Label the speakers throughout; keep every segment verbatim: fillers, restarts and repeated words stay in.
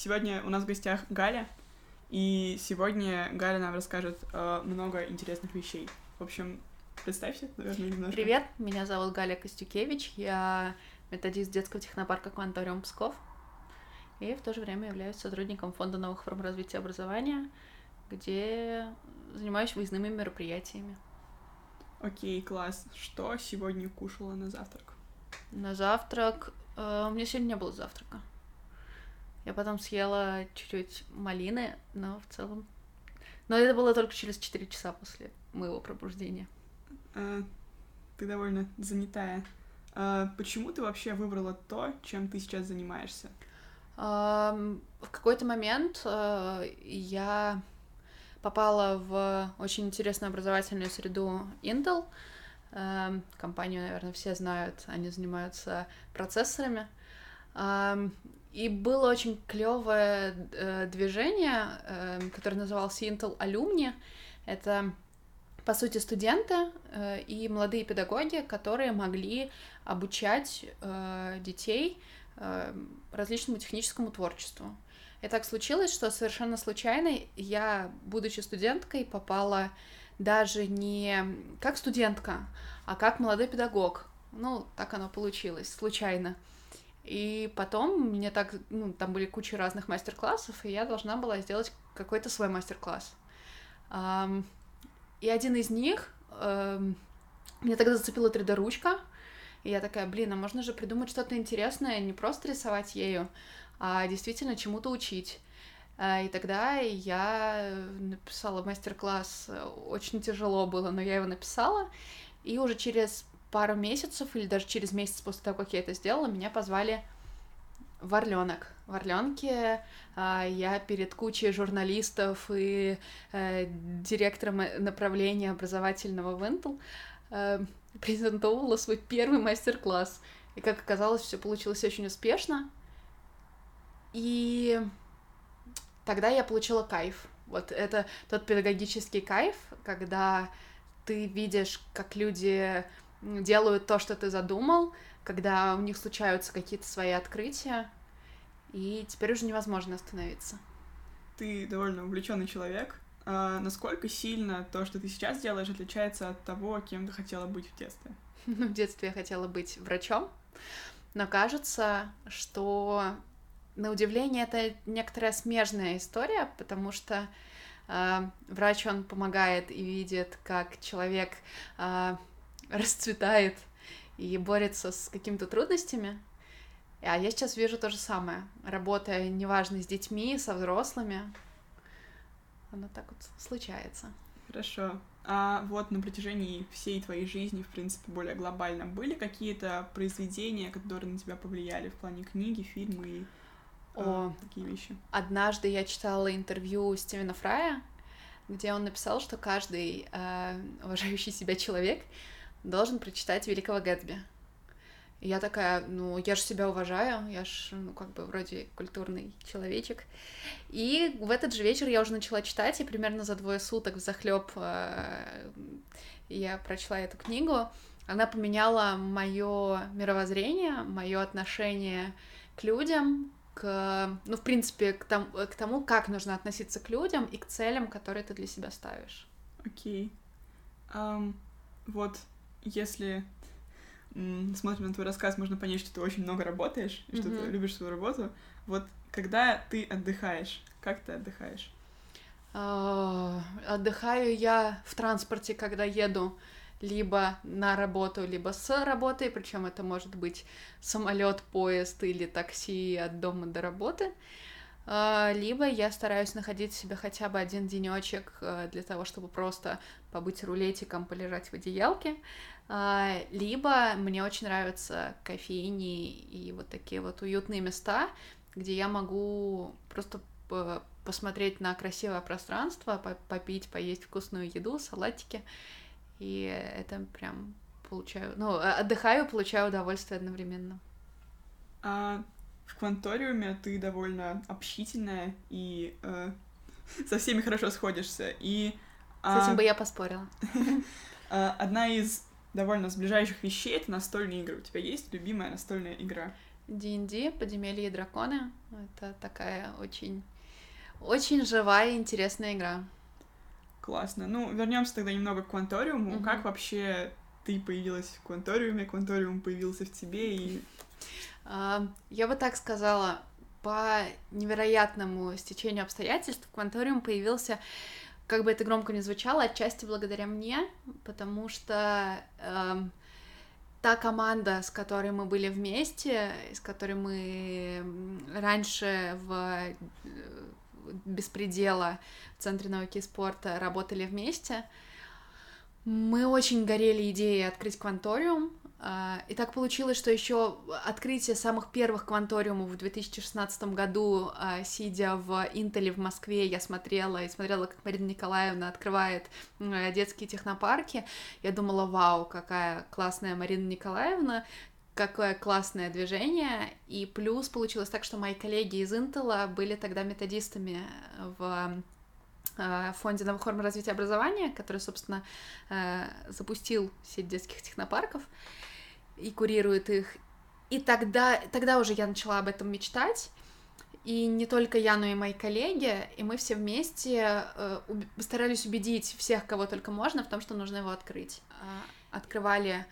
Speaker 1: Сегодня у нас в гостях Галя, и сегодня Галя нам расскажет э, много интересных вещей. В общем, представься, наверное, немножко.
Speaker 2: Привет, меня зовут Галя Костюкевич, я методист детского технопарка «Кванториум» Псков, и в то же время являюсь сотрудником Фонда новых форм развития образования, где занимаюсь выездными мероприятиями.
Speaker 1: Окей, класс. Что сегодня кушала на завтрак?
Speaker 2: На завтрак... Э, у меня сегодня не было завтрака. Я потом съела чуть-чуть малины, но в целом... Но это было только через четыре часа после моего пробуждения.
Speaker 1: А, ты довольно занятая. А, почему ты вообще выбрала то, чем ты сейчас занимаешься?
Speaker 2: А, в какой-то момент а, я попала в очень интересную образовательную среду Intel. А, компанию, наверное, все знают, они занимаются процессорами. А, и было очень клевое э, движение, э, которое называлось Intel Alumni. Это, по сути, студенты э, и молодые педагоги, которые могли обучать э, детей э, различному техническому творчеству. И так случилось, что совершенно случайно я, будучи студенткой, попала даже не как студентка, а как молодой педагог. Ну, так оно получилось, случайно. И потом мне так, ну, там были куча разных мастер-классов, и я должна была сделать какой-то свой мастер-класс. И один из них, меня тогда зацепила три дэ-ручка, и я такая, блин, а можно же придумать что-то интересное, не просто рисовать ею, а действительно чему-то учить. И тогда я написала мастер-класс, очень тяжело было, но я его написала, и уже через пару месяцев, или даже через месяц после того, как я это сделала, меня позвали в Орленок. В Орленке я перед кучей журналистов и директором направления образовательного в Intel презентовала свой первый мастер-класс. И, как оказалось, все получилось очень успешно. И тогда я получила кайф. Вот это тот педагогический кайф, когда ты видишь, как люди делают то, что ты задумал, когда у них случаются какие-то свои открытия, и теперь уже невозможно остановиться.
Speaker 1: Ты довольно увлеченный человек. А насколько сильно то, что ты сейчас делаешь, отличается от того, кем ты хотела быть в детстве?
Speaker 2: Ну, в детстве я хотела быть врачом, но кажется, что, на удивление, это некоторая смежная история, потому что э, врач, он помогает и видит, как человек э, расцветает и борется с какими-то трудностями. А я сейчас вижу то же самое, работая, неважно, с детьми, со взрослыми. Оно так вот случается.
Speaker 1: Хорошо. А вот на протяжении всей твоей жизни, в принципе, более глобально, были какие-то произведения, которые на тебя повлияли в плане книги, фильмы и
Speaker 2: О,
Speaker 1: э, такие вещи?
Speaker 2: Однажды я читала интервью Стивена Фрая, где он написал, что каждый э, уважающий себя человек должен прочитать «Великого Гэтсби». И я такая, ну, я же себя уважаю, я же, ну, как бы, вроде культурный человечек. И в этот же вечер я уже начала читать, и примерно за двое суток взахлёб э, я прочла эту книгу. Она поменяла мое мировоззрение, мое отношение к людям, к, ну, в принципе, к, там, к тому, как нужно относиться к людям и к целям, которые ты для себя ставишь.
Speaker 1: Окей. Um, вот, если смотрим на твой рассказ, можно понять, что ты очень много работаешь, и что mm-hmm. ты любишь свою работу. Вот когда ты отдыхаешь, как ты отдыхаешь?
Speaker 2: Uh, отдыхаю я в транспорте, когда еду либо на работу, либо с работы, причем это может быть самолет, поезд или такси от дома до работы. Uh, либо я стараюсь находить себе хотя бы один денечек uh, для того, чтобы просто побыть рулетиком, полежать в одеялке. Uh, либо мне очень нравятся кофейни и вот такие вот уютные места, где я могу просто посмотреть на красивое пространство, попить, поесть вкусную еду, салатики, и это прям получаю, ну, отдыхаю, получаю удовольствие одновременно.
Speaker 1: А в Кванториуме ты довольно общительная и э, со всеми хорошо сходишься, и...
Speaker 2: С этим а... бы я поспорила.
Speaker 1: Одна из довольно сближающих вещей — это настольные игры. У тебя есть любимая настольная игра?
Speaker 2: ди энд ди, Подземелье и драконы. Это такая очень, очень живая и интересная игра.
Speaker 1: Классно. Ну, вернемся тогда немного к Кванториуму. Mm-hmm. Как вообще ты появилась в Кванториуме, Кванториум появился в тебе и...
Speaker 2: Uh, я бы так сказала, по невероятному стечению обстоятельств Кванториум появился, как бы это громко ни звучало, отчасти благодаря мне, потому что uh, та команда, с которой мы были вместе, с которой мы раньше в Беспредела в Центре науки и спорта работали вместе, мы очень горели идеей открыть Кванториум, и так получилось, что еще открытие самых первых Кванториумов в две тысячи шестнадцатом году, сидя в Интеле в Москве, я смотрела и смотрела, как Марина Николаевна открывает детские технопарки. Я думала, вау, какая классная Марина Николаевна, какое классное движение, и плюс получилось так, что мои коллеги из Интела были тогда методистами в фонде новых форм развития образования, который, собственно, запустил сеть детских технопарков и курирует их. И тогда, тогда уже я начала об этом мечтать, и не только я, но и мои коллеги, и мы все вместе старались убедить всех, кого только можно, в том, что нужно его открыть. Открывали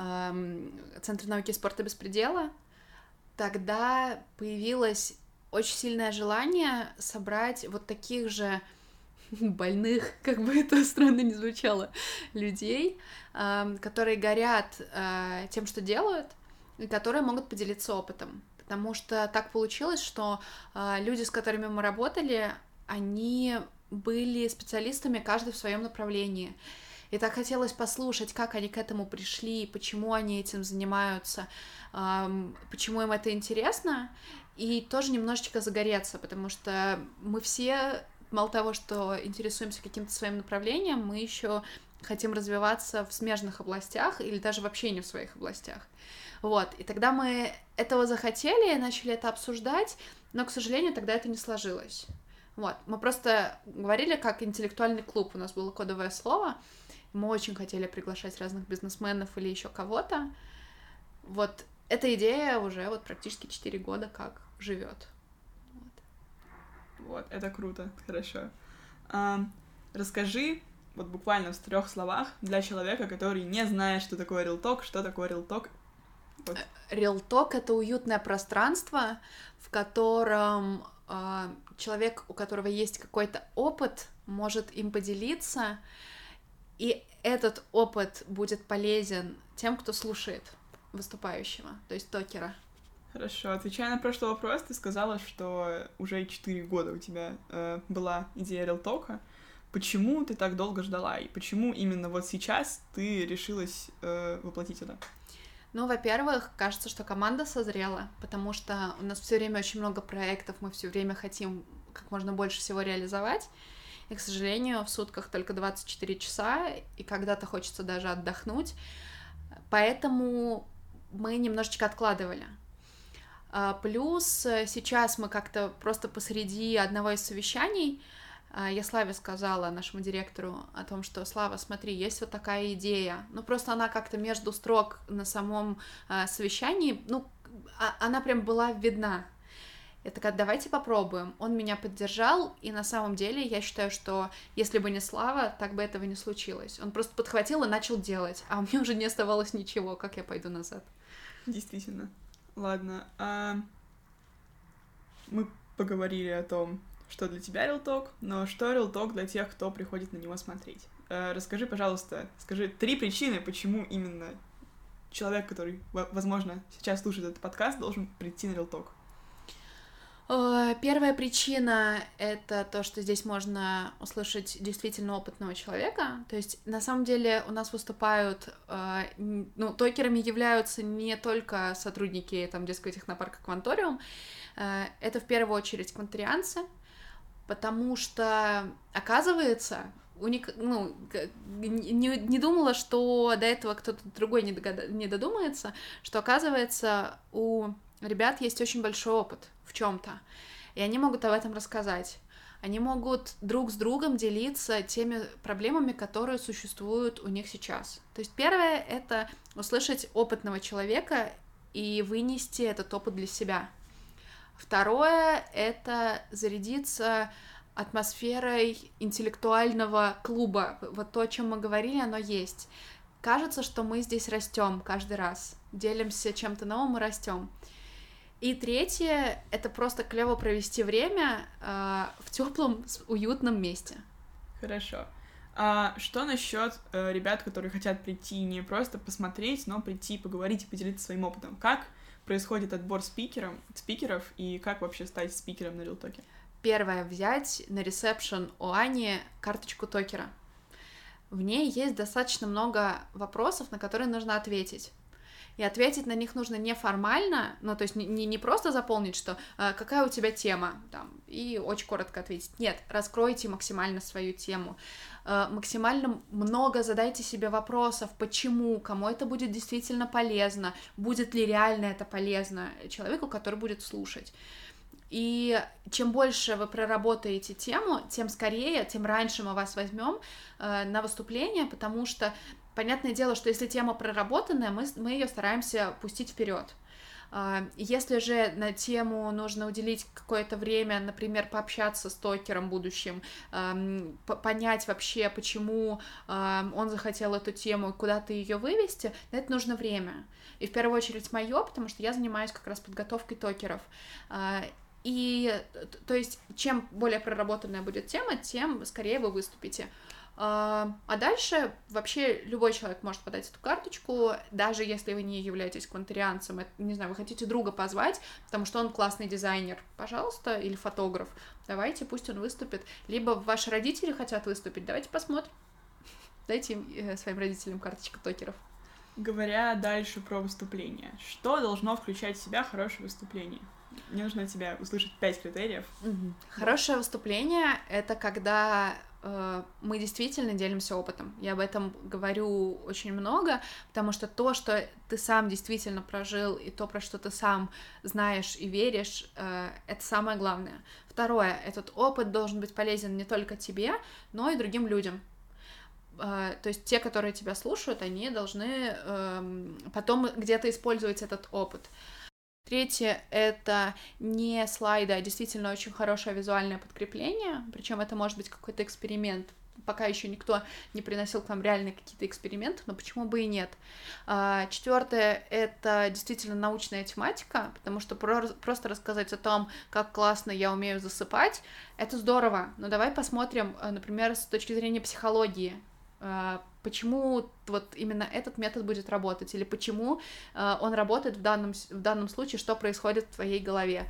Speaker 2: Центр науки и спорта Беспредела. Тогда появилось очень сильное желание собрать вот таких же больных, как бы это странно ни звучало, людей, которые горят тем, что делают, и которые могут поделиться опытом. Потому что так получилось, что люди, с которыми мы работали, они были специалистами, каждый в своем направлении. И так хотелось послушать, как они к этому пришли, почему они этим занимаются, почему им это интересно, и тоже немножечко загореться, потому что мы все, мало того, что интересуемся каким-то своим направлением, мы еще хотим развиваться в смежных областях или даже вообще не в своих областях. Вот, и тогда мы этого захотели, начали это обсуждать, но, к сожалению, тогда это не сложилось. Вот, мы просто говорили как интеллектуальный клуб, у нас было кодовое слово, мы очень хотели приглашать разных бизнесменов или еще кого-то. Вот, эта идея уже вот практически четыре года как живет.
Speaker 1: Вот. Вот, это круто, хорошо. А, расскажи, вот буквально в трех словах, для человека, который не знает, что такое Real Talk, что такое Real Talk. Вот.
Speaker 2: Real Talk — это уютное пространство, в котором э, человек, у которого есть какой-то опыт, может им поделиться, и этот опыт будет полезен тем, кто слушает выступающего, то есть токера.
Speaker 1: Хорошо. Отвечая на прошлый вопрос, ты сказала, что уже четыре года у тебя э, была идея Real Talk. Почему ты так долго ждала? И почему именно вот сейчас ты решилась э, воплотить это?
Speaker 2: Ну, во-первых, кажется, что команда созрела, потому что у нас все время очень много проектов, мы все время хотим как можно больше всего реализовать. И, к сожалению, в сутках только двадцать четыре часа, и когда-то хочется даже отдохнуть. Поэтому мы немножечко откладывали. Плюс сейчас мы как-то просто посреди одного из совещаний, я Славе сказала, нашему директору, о том, что, Слава, смотри, есть вот такая идея. Ну, просто она как-то между строк на самом совещании, ну, она прям была видна. Я такая, давайте попробуем. Он меня поддержал, и на самом деле я считаю, что если бы не Слава, так бы этого не случилось. Он просто подхватил и начал делать, а у меня уже не оставалось ничего, как я пойду назад.
Speaker 1: Действительно. Ладно. А... Мы поговорили о том, что для тебя Real Talk, но что Real Talk для тех, кто приходит на него смотреть. А, расскажи, пожалуйста, скажи три причины, почему именно человек, который, возможно, сейчас слушает этот подкаст, должен прийти на Real Talk.
Speaker 2: Первая причина — это то, что здесь можно услышать действительно опытного человека. То есть, на самом деле, у нас выступают, ну, токерами являются не только сотрудники там, детского технопарка Кванториум, это в первую очередь кванторианцы, потому что, оказывается, уник... ну, не, не думала, что до этого кто-то другой не, догад... не додумается, что, оказывается, у ребят есть очень большой опыт в чем-то, и они могут об этом рассказать. Они могут друг с другом делиться теми проблемами, которые существуют у них сейчас. То есть первое — это услышать опытного человека и вынести этот опыт для себя. Второе — это зарядиться атмосферой интеллектуального клуба. Вот то, о чем мы говорили, оно есть. Кажется, что мы здесь растем каждый раз, делимся чем-то новым и растем. И третье — это просто клево провести время э, в теплом, уютном месте.
Speaker 1: Хорошо. А что насчет э, ребят, которые хотят прийти не просто посмотреть, но прийти поговорить и поделиться своим опытом? Как происходит отбор спикером, спикеров и как вообще стать спикером на Рилтоке?
Speaker 2: Первое — взять на ресепшн у Ани карточку токера. В ней есть достаточно много вопросов, на которые нужно ответить. И ответить на них нужно неформально, ну, то есть не, не просто заполнить, что э, какая у тебя тема, там, и очень коротко ответить. Нет, раскройте максимально свою тему, э, максимально много задайте себе вопросов, почему, кому это будет действительно полезно, будет ли реально это полезно человеку, который будет слушать. И чем больше вы проработаете тему, тем скорее, тем раньше мы вас возьмем э, на выступление, потому что понятное дело, что если тема проработанная, мы, мы ее стараемся пустить вперед. Если же на тему нужно уделить какое-то время, например, пообщаться с токером будущим, понять вообще, почему он захотел эту тему и куда-то ее вывести, на это нужно время. И в первую очередь мое, потому что я занимаюсь как раз подготовкой токеров. И, то есть, чем более проработанная будет тема, тем скорее вы выступите. А дальше вообще любой человек может подать эту карточку, даже если вы не являетесь квантарианцем, не знаю, вы хотите друга позвать, потому что он классный дизайнер, пожалуйста, или фотограф, давайте, пусть он выступит. Либо ваши родители хотят выступить, давайте посмотрим. Дайте им, своим родителям карточку токеров.
Speaker 1: Говоря дальше про выступление, что должно включать в себя хорошее выступление? Мне нужно от тебя услышать пять критериев.
Speaker 2: Угу. Хорошее выступление — это когда э, мы действительно делимся опытом. Я об этом говорю очень много, потому что то, что ты сам действительно прожил, и то, про что ты сам знаешь и веришь, э, это самое главное. Второе — этот опыт должен быть полезен не только тебе, но и другим людям. Uh, то есть те, которые тебя слушают, они должны uh, потом где-то использовать этот опыт. Третье — это не слайды, а действительно очень хорошее визуальное подкрепление, причем это может быть какой-то эксперимент. Пока еще никто не приносил к нам реальные какие-то эксперименты, но почему бы и нет. Uh, четвертое — это действительно научная тематика, потому что про- просто рассказать о том, как классно я умею засыпать, это здорово, но давай посмотрим, например, с точки зрения психологии, почему вот именно этот метод будет работать, или почему он работает в данном, в данном случае, что происходит в твоей голове.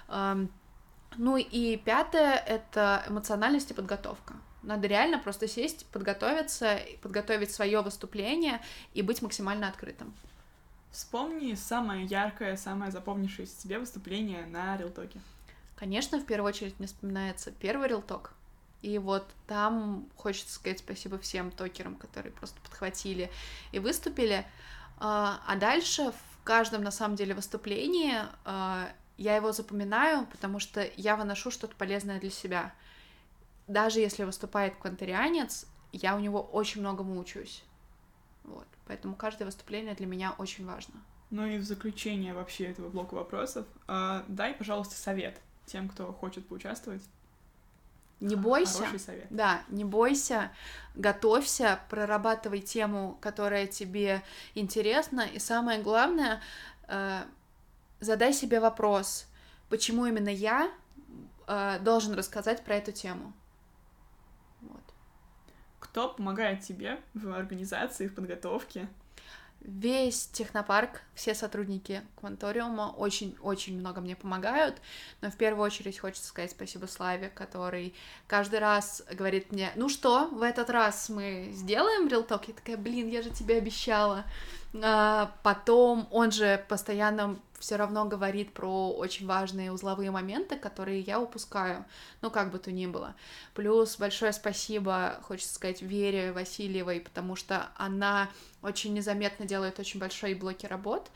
Speaker 2: Ну и пятое — это эмоциональность и подготовка. Надо реально просто сесть, подготовиться, подготовить свое выступление и быть максимально открытым.
Speaker 1: Вспомни самое яркое, самое запомнившееся тебе выступление на Рилтоке.
Speaker 2: Конечно, в первую очередь мне вспоминается первый Рилток. И вот там хочется сказать спасибо всем токерам, которые просто подхватили и выступили. А дальше в каждом, на самом деле, выступлении я его запоминаю, потому что я выношу что-то полезное для себя. Даже если выступает квантарианец, я у него очень многому учусь. Вот. Поэтому каждое выступление для меня очень важно.
Speaker 1: Ну и в заключение вообще этого блока вопросов, дай, пожалуйста, совет тем, кто хочет поучаствовать.
Speaker 2: Не бойся,
Speaker 1: Хороший совет.
Speaker 2: Да, не бойся, готовься, прорабатывай тему, которая тебе интересна, и самое главное, э, задай себе вопрос, почему именно я э, должен рассказать про эту тему. Вот.
Speaker 1: Кто помогает тебе в организации, в подготовке?
Speaker 2: Весь технопарк, все сотрудники Кванториума очень-очень много мне помогают, но в первую очередь хочется сказать спасибо Славе, который каждый раз говорит мне: ну что, в этот раз мы сделаем Рилток? Я такая: блин, я же тебе обещала. А потом он же постоянно все равно говорит про очень важные узловые моменты, которые я упускаю, ну как бы то ни было. Плюс большое спасибо, хочется сказать, Вере Васильевой, потому что она очень незаметно делает очень большие блоки работ.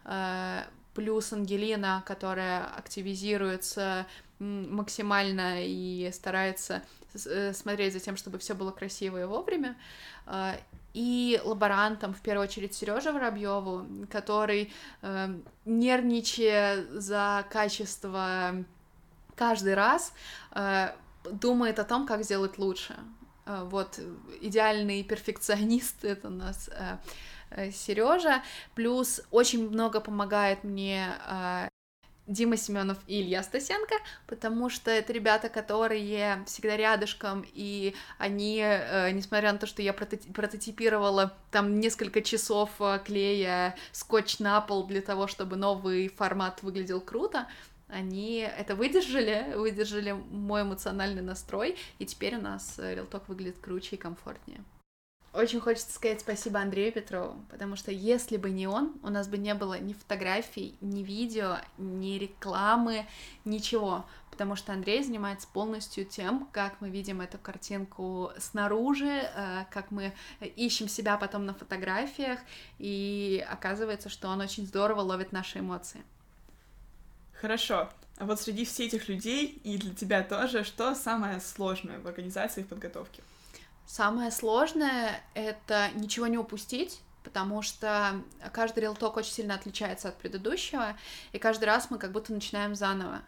Speaker 2: Плюс Ангелина, которая активизируется максимально и старается смотреть за тем, чтобы все было красиво и вовремя. и лаборантам, в первую очередь, Сереже Воробьеву, который, э, нервничая за качество каждый раз, э, думает о том, как сделать лучше. Э, вот, идеальный перфекционист — это у нас э, э, Сережа, плюс очень много помогает мне э, Дима Семенов и Илья Стасенко, потому что это ребята, которые всегда рядышком, и они, э, несмотря на то, что я прототип- прототипировала там несколько часов, э, клея скотч на пол для того, чтобы новый формат выглядел круто, они это выдержали, выдержали мой эмоциональный настрой, и теперь у нас Real Talk выглядит круче и комфортнее. Очень хочется сказать спасибо Андрею Петрову, потому что если бы не он, у нас бы не было ни фотографий, ни видео, ни рекламы, ничего, потому что Андрей занимается полностью тем, как мы видим эту картинку снаружи, как мы ищем себя потом на фотографиях, и оказывается, что он очень здорово ловит наши эмоции.
Speaker 1: Хорошо. А вот среди всех этих людей, и для тебя тоже, что самое сложное в организации и в подготовке?
Speaker 2: Самое сложное — это ничего не упустить, потому что каждый Real Talk очень сильно отличается от предыдущего, и каждый раз мы как будто начинаем заново.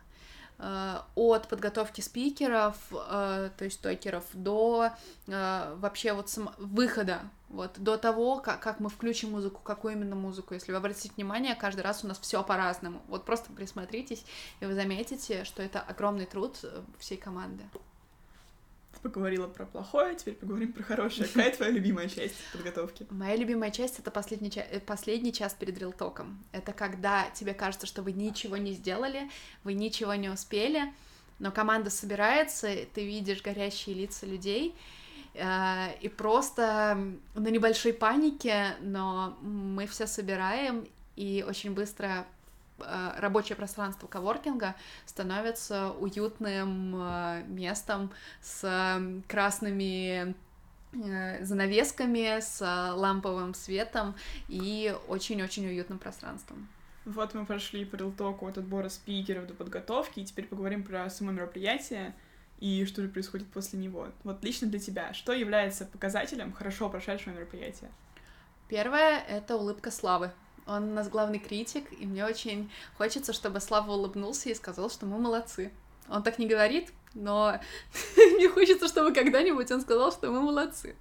Speaker 2: От подготовки спикеров, то есть токеров, до вообще вот сам... выхода, вот, до того, как, как мы включим музыку, какую именно музыку. Если вы обратите внимание, каждый раз у нас все по-разному. Вот просто присмотритесь, и вы заметите, что это огромный труд всей команды.
Speaker 1: Поговорила про плохое, теперь поговорим про хорошее. Какая твоя любимая часть подготовки?
Speaker 2: Моя любимая часть — это последний, ча- последний час перед Real Talk'ом. Это когда тебе кажется, что вы ничего не сделали, вы ничего не успели, но команда собирается, ты видишь горящие лица людей, э- и просто на небольшой панике, но мы все собираем, и очень быстро рабочее пространство коворкинга становится уютным местом с красными занавесками, с ламповым светом и очень-очень уютным пространством.
Speaker 1: Вот мы прошли по Real Talk'у от отбора спикеров до подготовки, и теперь поговорим про само мероприятие и что же происходит после него. Вот лично для тебя, что является показателем хорошо прошедшего мероприятия?
Speaker 2: Первое — это улыбка Славы. Он у нас главный критик, и мне очень хочется, чтобы Слава улыбнулся и сказал, что мы молодцы. Он так не говорит, но мне хочется, чтобы когда-нибудь он сказал, что мы молодцы.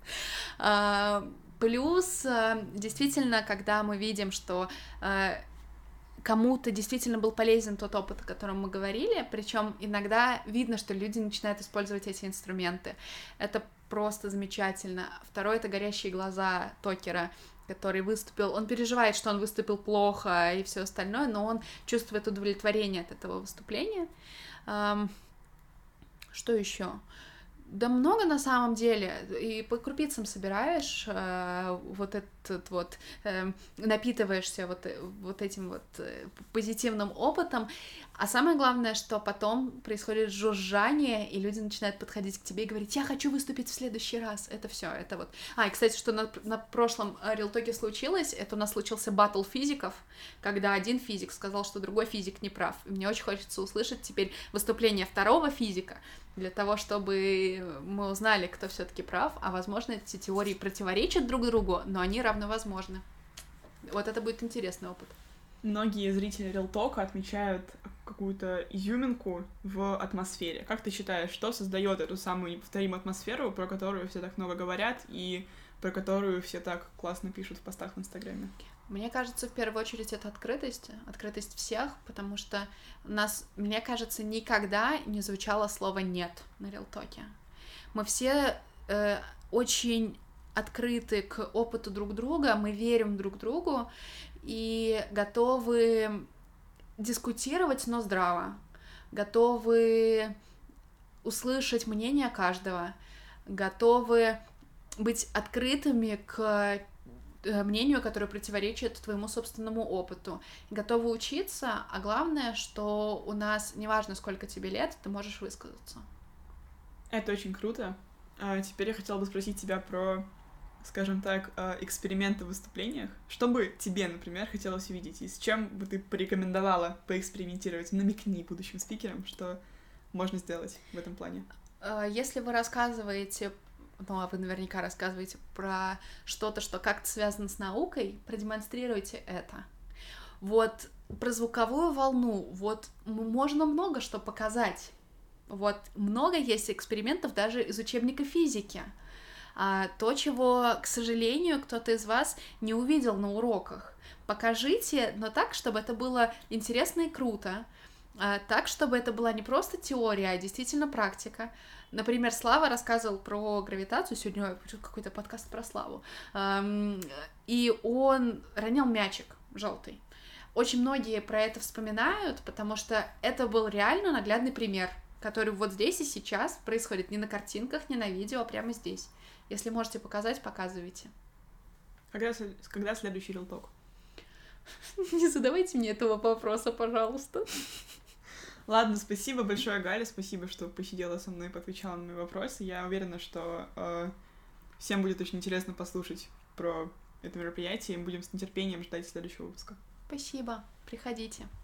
Speaker 2: Плюс, действительно, когда мы видим, что кому-то действительно был полезен тот опыт, о котором мы говорили, причем иногда видно, что люди начинают использовать эти инструменты. Это просто замечательно. Второе — это горящие глаза токера, который выступил, он переживает, что он выступил плохо и все остальное, но он чувствует удовлетворение от этого выступления. Что еще? Да много на самом деле, и по крупицам собираешь э, вот этот вот, э, напитываешься вот, вот этим вот э, позитивным опытом, а самое главное, что потом происходит жужжание, и люди начинают подходить к тебе и говорить: я хочу выступить в следующий раз, это все, это вот. А, и, кстати, что на, на прошлом Real Talk'е случилось, это у нас случился баттл физиков, когда один физик сказал, что другой физик не прав, и мне очень хочется услышать теперь выступление второго физика, для того, чтобы мы узнали, кто все-таки прав, а, возможно, эти теории противоречат друг другу, но они равновозможны. Вот это будет интересный опыт.
Speaker 1: Многие зрители Real Talk'а отмечают какую-то изюминку в атмосфере. Как ты считаешь, что создает эту самую неповторимую атмосферу, про которую все так много говорят и про которую все так классно пишут в постах в Инстаграме?
Speaker 2: Мне кажется, в первую очередь, это открытость, открытость всех, потому что у нас, мне кажется, никогда не звучало слово «нет» на Real Talk'е. Мы все э, очень открыты к опыту друг друга, мы верим друг другу и готовы дискутировать, но здраво, готовы услышать мнение каждого, готовы быть открытыми к мнению, которое противоречит твоему собственному опыту, готовы учиться, а главное, что у нас, неважно, сколько тебе лет, ты можешь высказаться.
Speaker 1: Это очень круто. А теперь я хотела бы спросить тебя про, скажем так, эксперименты в выступлениях. Что бы тебе, например, хотелось увидеть, и с чем бы ты порекомендовала поэкспериментировать? Намекни будущим спикерам, что можно сделать в этом плане.
Speaker 2: Если вы рассказываете ну, а вы наверняка рассказываете про что-то, что как-то связано с наукой, продемонстрируйте это. Вот про звуковую волну, вот можно много что показать. Вот много есть экспериментов даже из учебника физики. А то, чего, к сожалению, кто-то из вас не увидел на уроках. Покажите, но так, чтобы это было интересно и круто. А так, чтобы это была не просто теория, а действительно практика. Например, Слава рассказывал про гравитацию, сегодня какой-то подкаст про Славу, и он ронял мячик желтый. Очень многие про это вспоминают, потому что это был реально наглядный пример, который вот здесь и сейчас происходит, не на картинках, не на видео, а прямо здесь. Если можете показать, показывайте.
Speaker 1: Когда, когда следующий рилток?
Speaker 2: Не задавайте мне этого вопроса, пожалуйста.
Speaker 1: Ладно, спасибо большое, Галя, спасибо, что посидела со мной и поотвечала на мои вопросы. Я уверена, что э, всем будет очень интересно послушать про это мероприятие, и будем с нетерпением ждать следующего выпуска.
Speaker 2: Спасибо, приходите.